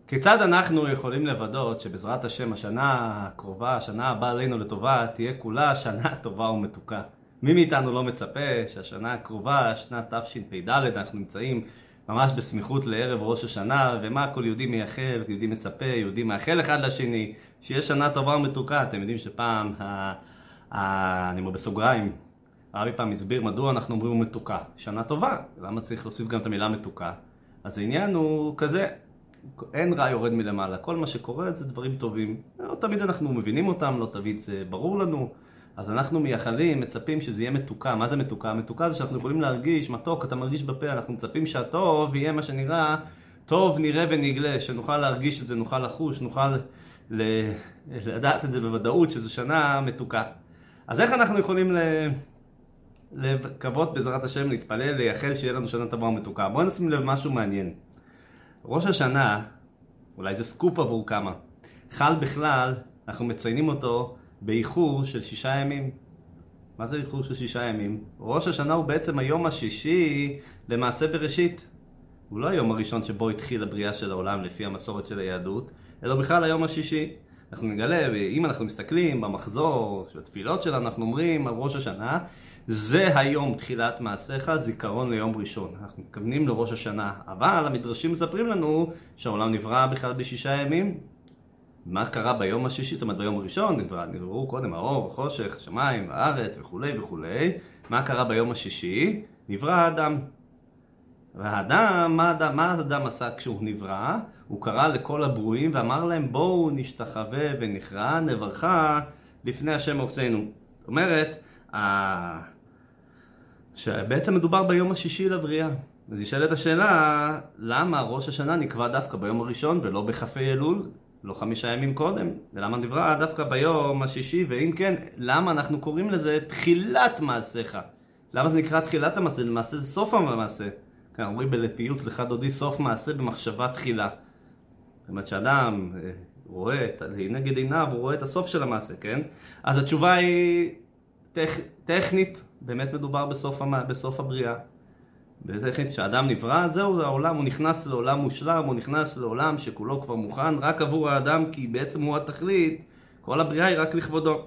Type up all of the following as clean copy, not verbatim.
כיצד אנחנו יכולים לוודאות שבעזרת השם השנה הקרובה, השנה הבאה עלינו לטובה, תהיה כולה שנה טובה ומתוקה? מי מאיתנו לא מצפה שהשנה הקרובה, שנת תשפ"ד, אנחנו נמצאים ממש בסמיכות לערב ראש השנה, ומה כל יהודי מייחל, יהודי מצפה, יהודי מאחל אחד לשני, שיהיה שנה טובה ומתוקה. אתם יודעים שפעם, אני אומר בסוגריים, הרבי פעם הסביר מדוע אנחנו אומרים מתוקה, שנה טובה, למה צריך להוסיף גם את המילה מתוקה? אז העניין הוא כזה, אין רע יורד מלמעלה, כל מה שקורה זה דברים טובים, לא תמיד אנחנו מבינים אותם, לא תמיד זה ברור לנו, אז אנחנו מייחלים, מצפים שזה יהיה מתוקה. מה זה מתוקה? מתוקה זה שאנחנו יכולים להרגיש, מתוק, אתה מרגיש בפה, אנחנו מצפים שהטוב יהיה מה שנראה, טוב נראה ונגלה, שנוכל להרגיש את זה, נוכל לחוש, נוכל לדעת את זה בוודאות, שזו שנה מתוקה. אז איך אנחנו יכולים לקוות בעזרת השם, להתפלל, לייחל שיהיה לנו שנה טובה ומתוקה? בואו נשים לב משהו מעניין. ראש השנה, אולי זה סקופ עבור כמה, חל בכלל, אנחנו מציינים אותו באיחור של 6 ימים. מה זה איחור של 6 ימים? ראש השנה הוא בעצם היום השישי למעשה בראשית. הוא לא היום הראשון שבו התחיל הבריאה של העולם לפי המסורת של היהדות, אלא בכלל היום השישי. אנחנו נגלה, אם אנחנו מסתכלים במחזור של התפילות שלנו, אנחנו אומרים על ראש השנה, זה היום תחילת מעשיך, זיכרון ליום ראשון. אנחנו מתכוונים לראש השנה, אבל המדרשים מספרים לנו שהעולם נברא בכלל ב6 ימים. מה קרה ביום השישי? זאת אומרת ביום הראשון נבראו קודם האור, החושך, השמיים, הארץ וכו' וכו'. מה קרה ביום השישי? נברא האדם. והאדם, מה האדם עשה כשהוא נברא? הוא קרא לכל הברואים ואמר להם בואו נשתחווה ונכרע, נברכה לפני השם עושנו. זאת אומרת, שבעצם מדובר ביום השישי לבריאה. אז ישאלת השאלה, למה ראש השנה נקבע דווקא ביום הראשון ולא בכ"ה אלול? לא 5 ימים קודם? ולמה נברא דווקא ביום השישי? ואם כן, למה אנחנו קוראים לזה תחילת מעשיך? למה זה נקרא תחילת המעשה? למעשה זה סוף המעשה. כן, אומרים בלפיות לך דודי סוף מעשה במחשבה תחילה. זאת אומרת שאדם רואה, נגד עיניו, הוא רואה את הסוף של המעשה, כן? אז התשובה היא טכנית, באמת מדובר בסוף הבריאה. בטכנית שאדם נברא, זהו העולם, הוא נכנס לעולם מושלם, הוא נכנס לעולם שכולו כבר מוכן רק עבור האדם, כי בעצם הוא התכלית, כל הבריאה היא רק לכבודו.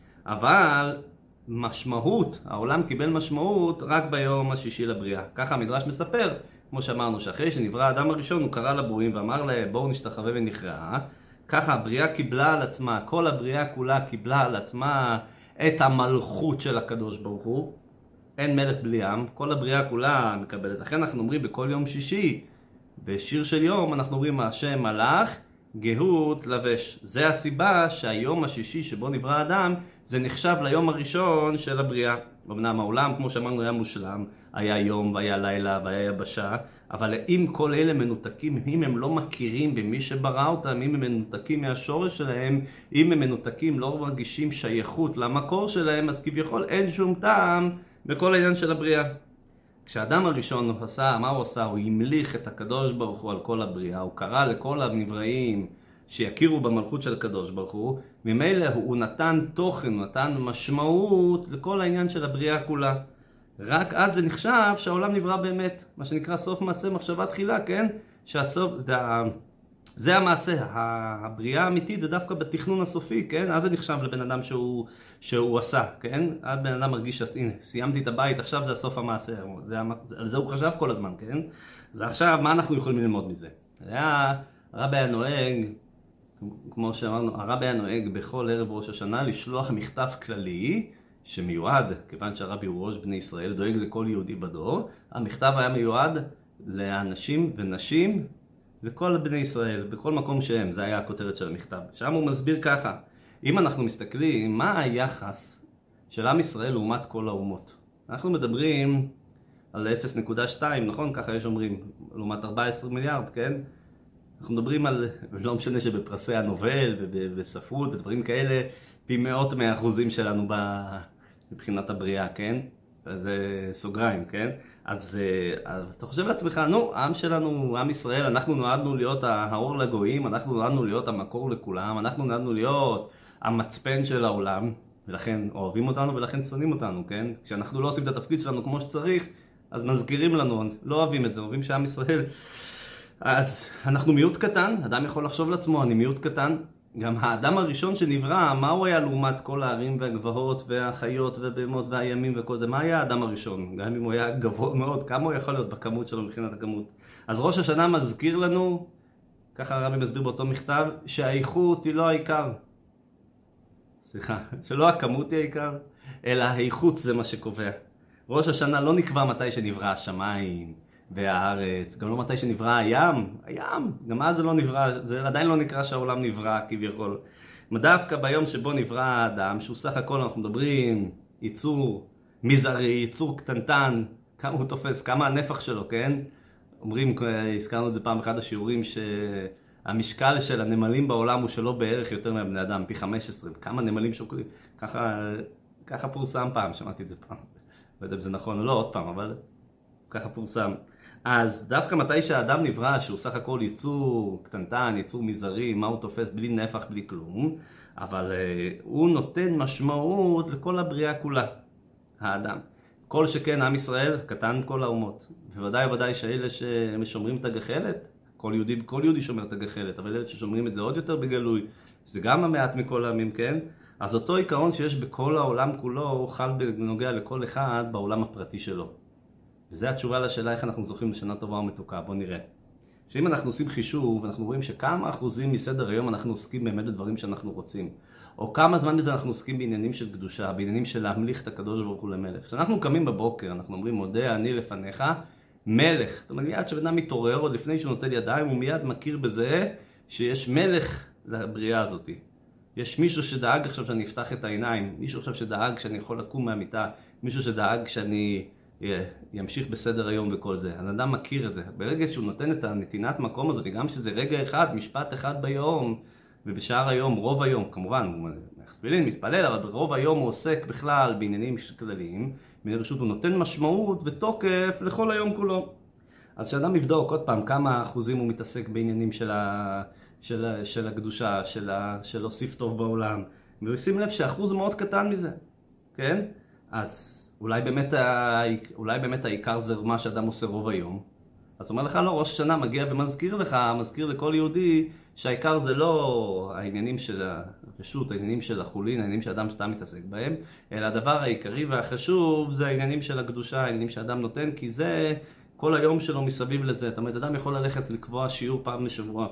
אבל משמעות, העולם קיבל משמעות רק ביום השישי לבריאה. ככה המדרש מספר, כמו שאמרנו, שאחרי שנברא האדם הראשון הוא קרא לברואים ואמר להם בואו נשתחווה ונכרע. ככה הבריאה קיבלה על עצמה, כל הבריאה כולה קיבלה על עצמה את המלכות של הקדוש ברוך הוא. אין מלך בלי עם, כל הבריאה כולה מקבלת. לכן אנחנו אומרים בכל יום שישי, בשיר של יום, אנחנו אומרים השם מלך, גאות לבש. זה הסיבה שהיום השישי שבו נברא האדם, זה נחשב ליום הראשון של הבריאה. אמנם העולם, כמו שאמרנו, היה מושלם, היה יום והיה לילה והיה יבשה, אבל אם כל אלה מנותקים, אם הם לא מכירים במי שברא אותם, אם הם מנותקים מהשורש שלהם, אם הם מנותקים, לא מרגישים שייכות למקור שלהם, אז כביכול אין שום טעם בכל העניין של הבריאה. כשאדם הראשון הוא עשה, מה הוא עשה? הוא המליך את הקדוש ברוך הוא על כל הבריאה, הוא קרא לכל הנבראים שיכירו במלכות של הקדוש ברוך הוא, ממילא הוא נתן תוכן, הוא נתן משמעות לכל העניין של הבריאה כולה. רק אז זה נחשב שהעולם נברא באמת, מה שנקרא סוף מעשה מחשבה תחילה, כן? שהסוף, זה המעשה, הבריאה האמיתית זה דווקא בתכנון הסופי, כן? אז זה נחשב לבן אדם שהוא עשה, כן? אז בן אדם מרגיש הנה, סיימתי את הבית, עכשיו זה הסוף המעשה, על זה הוא חשב כל הזמן, כן? אז עכשיו, מה אנחנו יכולים ללמוד מזה? הרבי היה נוהג, כמו שאמרנו, הרבי היה נוהג בכל ערב ראש השנה לשלוח מכתב כללי, שמיועד, כיוון שהרבי הוא ראש בני ישראל, דואג לכל יהודי בדור, המכתב היה מיועד לאנשים ונשים, וכל בני ישראל, בכל מקום שהם, זה היה הכותרת של המכתב. שם הוא מסביר ככה, אם אנחנו מסתכלים, מה היחס של עם ישראל לעומת כל האומות? אנחנו מדברים על 0.2, נכון? ככה יש אומרים, לעומת 14 מיליארד, כן? אנחנו מדברים על, לא משנה שבפרסי הנובל ובספרות ודברים כאלה, פי מאות מהאחוזים שלנו מבחינת הבריאה, כן? זה סוגריים, כן? אז אתה חושב לעצמך, נו, העם שלנו, עם ישראל, אנחנו נועדנו להיות האור לגויים, אנחנו נועדנו להיות המקור לכולם, אנחנו נועדנו להיות המצפן של העולם, ולכן אוהבים אותנו ולכן שונאים אותנו, כן? כשאנחנו לא עושים את התפקיד שלנו כמו שצריך, אז מזכירים לנו, לא אוהבים את זה, אוהבים שעם ישראל אז אנחנו מיעוט קטן, אדם יכול לחשוב לעצמו, אני מיעוט קטן. גם האדם הראשון שנברא, מה הוא היה לעומת כל הערים והגבעות והחיות ובהמות והימים וכל זה? מה היה האדם הראשון? גם אם הוא היה גבוה מאוד, כמה הוא יכול להיות בכמות שלו מבחינת הכמות? אז ראש השנה מזכיר לנו, ככה הרבי מסביר באותו מכתב, שהאיכות היא לא העיקר. סליחה, שלא הכמות היא העיקר, אלא האיכות זה מה שקובע. ראש השנה לא נקבע מתי שנברא השמיים והארץ, גם לא מתי שנברא הים, גם אז זה לא נברא, זה עדיין לא נקרא שהעולם נברא כביכול. דווקא ביום שבו נברא האדם, שהוא סך הכל אנחנו מדברים, ייצור מזערי, ייצור קטנטן, כמה הוא תופס, כמה הנפח שלו, כן? אומרים, הזכרנו את זה פעם אחד השיעורים, שהמשקל של הנמלים בעולם הוא שלא בערך יותר מהבני אדם, פי 15, כמה נמלים שוקלים, ככה פורסם פעם, שמעתי את זה פעם. לא יודע אם זה נכון או לא, עוד פעם, אבל ככה פורסם. אז דווקא מתי שהאדם נברא, שהוא סך הכל ייצור קטנטן, ייצור מזערי, מה הוא תופס בלי נפח, בלי כלום, אבל הוא נותן משמעות לכל הבריאה כולה, האדם. כל שכן עם ישראל קטן כל האומות. וודאי שאלה ששומרים את הגחלת, כל יהודי שומר את הגחלת, אבל אלה ששומרים את זה עוד יותר בגלוי, זה גם המעט מכל העמים, כן? אז אותו עיקרון שיש בכל העולם כולו, חל בנוגע לכל אחד בעולם הפרטי שלו. וזו התשובה לשאלה איך אנחנו זוכים לשנה טובה ומתוקה. בואו נראה. שאם אנחנו עושים חישוב, אנחנו רואים שכמה אחוזים מסדר היום אנחנו עוסקים באמת בדברים שאנחנו רוצים. או כמה זמן בזה אנחנו עוסקים בעניינים של קדושה, בעניינים של להמליך את הקדוש ברוך הוא למלך. כשאנחנו קמים בבוקר, אנחנו אומרים, מודה אני לפניך, מלך. זאת אומרת, מיד שבן מתעורר, עוד לפני שהוא נוטל ידיים, הוא מיד מכיר בזה שיש מלך לבריאה הזאת. יש מישהו שדאג עכשיו שאני אפתח את העיניים, מישהו עכשיו שדאג שאני יכול לקום מהמיטה, מישהו שדאג שאני ימשיך בסדר היום וכל זה. האדם מכיר את זה. ברגע שהוא נותן את הנתינת מקום הזאת, גם שזה רגע אחד, משפט אחד ביום, ובשאר היום, רוב היום, כמובן, הוא מכפילין, מתפלל, אבל ברוב היום הוא עוסק בכלל בעניינים כלליים, מרשות הוא נותן משמעות ותוקף לכל היום כולו. אז שאדם יבדוק עוד פעם כמה אחוזים הוא מתעסק בעניינים של הקדושה, של להוסיף טוב בעולם, והוא ישים לב שאחוז מאוד קטן מזה, כן? אז אולי באמת העיקר זה מה שאדם עושה רוב היום. אז אומר לך, לא, ראש השנה מגיע ומזכיר לך, מזכיר לכל יהודי, שהעיקר זה לא העניינים של הרשות, העניינים של החולין, העניינים שאדם סתם מתעסק בהם, אלא הדבר העיקרי והחשוב זה העניינים של הקדושה, העניינים שאדם נותן, כי זה כל היום שלו מסביב לזה. זאת אומרת, אדם יכול ללכת לקבוע שיעור פעם בשבוע.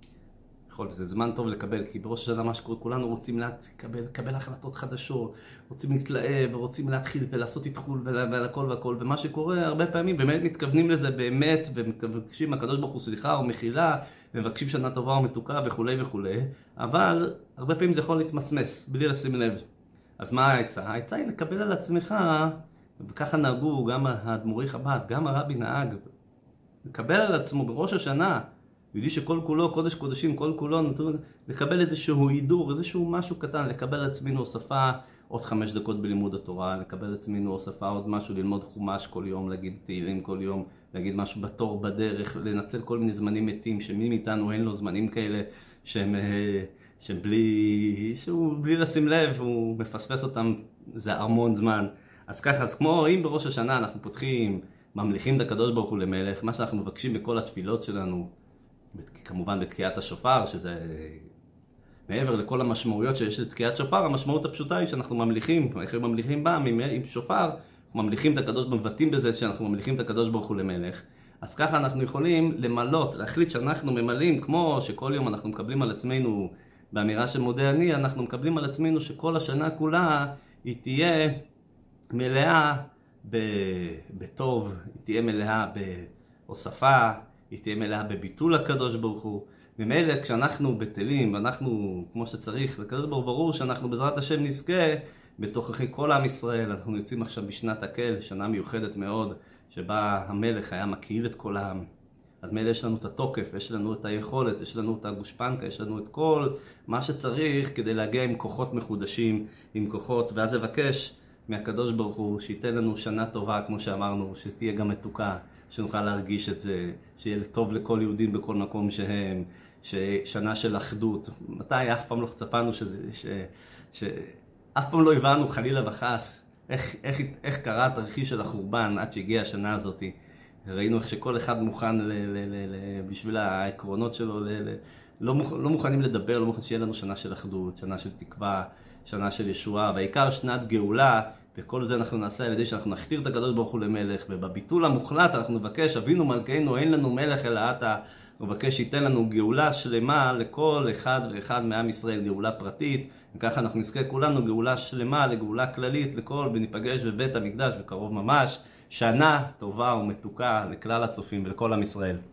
זה זמן טוב לקבל, כי בראש השנה מה שקורה, כולנו רוצים לקבל החלטות חדשות, רוצים להתלהב, ורוצים להתחיל ולעשות התחול והכל והכל, ומה שקורה הרבה פעמים באמת מתכוונים לזה באמת, ומבקשים הקדוש ברוך הוא סליחה או מחילה, ומבקשים שנה טובה או מתוקה וכולי וכולי, אבל הרבה פעמים זה יכול להתמסמס, בלי לשים לב. אז מה העצה? העצה היא לקבל על עצמך, וככה נהגו גם האדמו"רי חב"ד, גם הרבי נהג, לקבל על עצמו בראש השנה, יהודי שכל כולו, קודש קודשים, כל כולו, לקבל איזשהו הידור, איזשהו משהו קטן, לקבל על עצמנו הוספה עוד 5 דקות בלימוד התורה, לקבל על עצמנו הוספה עוד משהו, ללמוד חומש כל יום, להגיד תהילים כל יום, להגיד משהו בתור, בדרך, לנצל כל מיני זמנים מתים, שמי מאיתנו אין לו זמנים כאלה, שהם בלי לשים לב, הוא מפספס אותם, זה המון זמן. אז ככה, אז כמו אם בראש השנה אנחנו פותחים, ממליכים את הקדוש ברוך הוא למלך, מה שאנחנו מבקשים בכל התפילות שלנו, כמובן בתקיעת השופר, שזה מעבר לכל המשמעויות שיש לתקיעת שופר, המשמעות הפשוטה היא שאנחנו ממליכים, איך הם ממליכים בה, עם שופר, אנחנו ממליכים את הקדוש, מבטאים בזה שאנחנו ממליכים את הקדוש ברוך הוא למלך. אז ככה אנחנו יכולים למלות, להחליט שאנחנו ממלאים, כמו שכל יום אנחנו מקבלים על עצמנו, באמירה של מודה אני, אנחנו מקבלים על עצמנו שכל השנה כולה היא תהיה מלאה בטוב, היא תהיה מלאה בהוספה, היא תהיה מלאה בביטול הקדוש ברוך הוא. ממילא כשאנחנו בטלים ואנחנו כמו שצריך, לקדוש ברוך הוא ברור שאנחנו בעזרת השם נזכה בתוככי כל עם ישראל. אנחנו יוצאים עכשיו בשנת הקהל, שנה מיוחדת מאוד, שבה המלך היה מקהיל את כל העם. אז מילא יש לנו את התוקף, יש לנו את היכולת, יש לנו את הגושפנקה, יש לנו את כל מה שצריך כדי להגיע עם כוחות מחודשים, עם כוחות, ואז לבקש מהקדוש ברוך הוא שייתן לנו שנה טובה, כמו שאמרנו, שתהיה גם מתוקה, שנוכל להרגיש את זה, שיהיה טוב לכל יהודים בכל מקום שהם, ששנה של אחדות. מתי אף פעם לא צפנו אף פעם לא הבנו חלילה וחס איך קרה התרחיש של החורבן עד שהגיעה השנה הזאת. ראינו איך שכל אחד מוכן בשביל העקרונות שלו, לא מוכנים לדבר, לא מוכנים שיהיה לנו שנה של אחדות, שנה של תקווה, שנה של ישועה, והעיקר שנת גאולה, וכל זה אנחנו נעשה על ידי שאנחנו נכתיר את הקדוש ברוך הוא למלך, ובביטול המוחלט אנחנו נבקש, אבינו מלכנו, אין לנו מלך אלא אתה, נבקש שייתן לנו גאולה שלמה לכל אחד ואחד מעם ישראל, גאולה פרטית, וככה אנחנו נזכה כולנו גאולה שלמה לגאולה כללית לכל, וניפגש בבית המקדש בקרוב ממש, שנה טובה ומתוקה לכלל הצופים ולכל עם ישראל.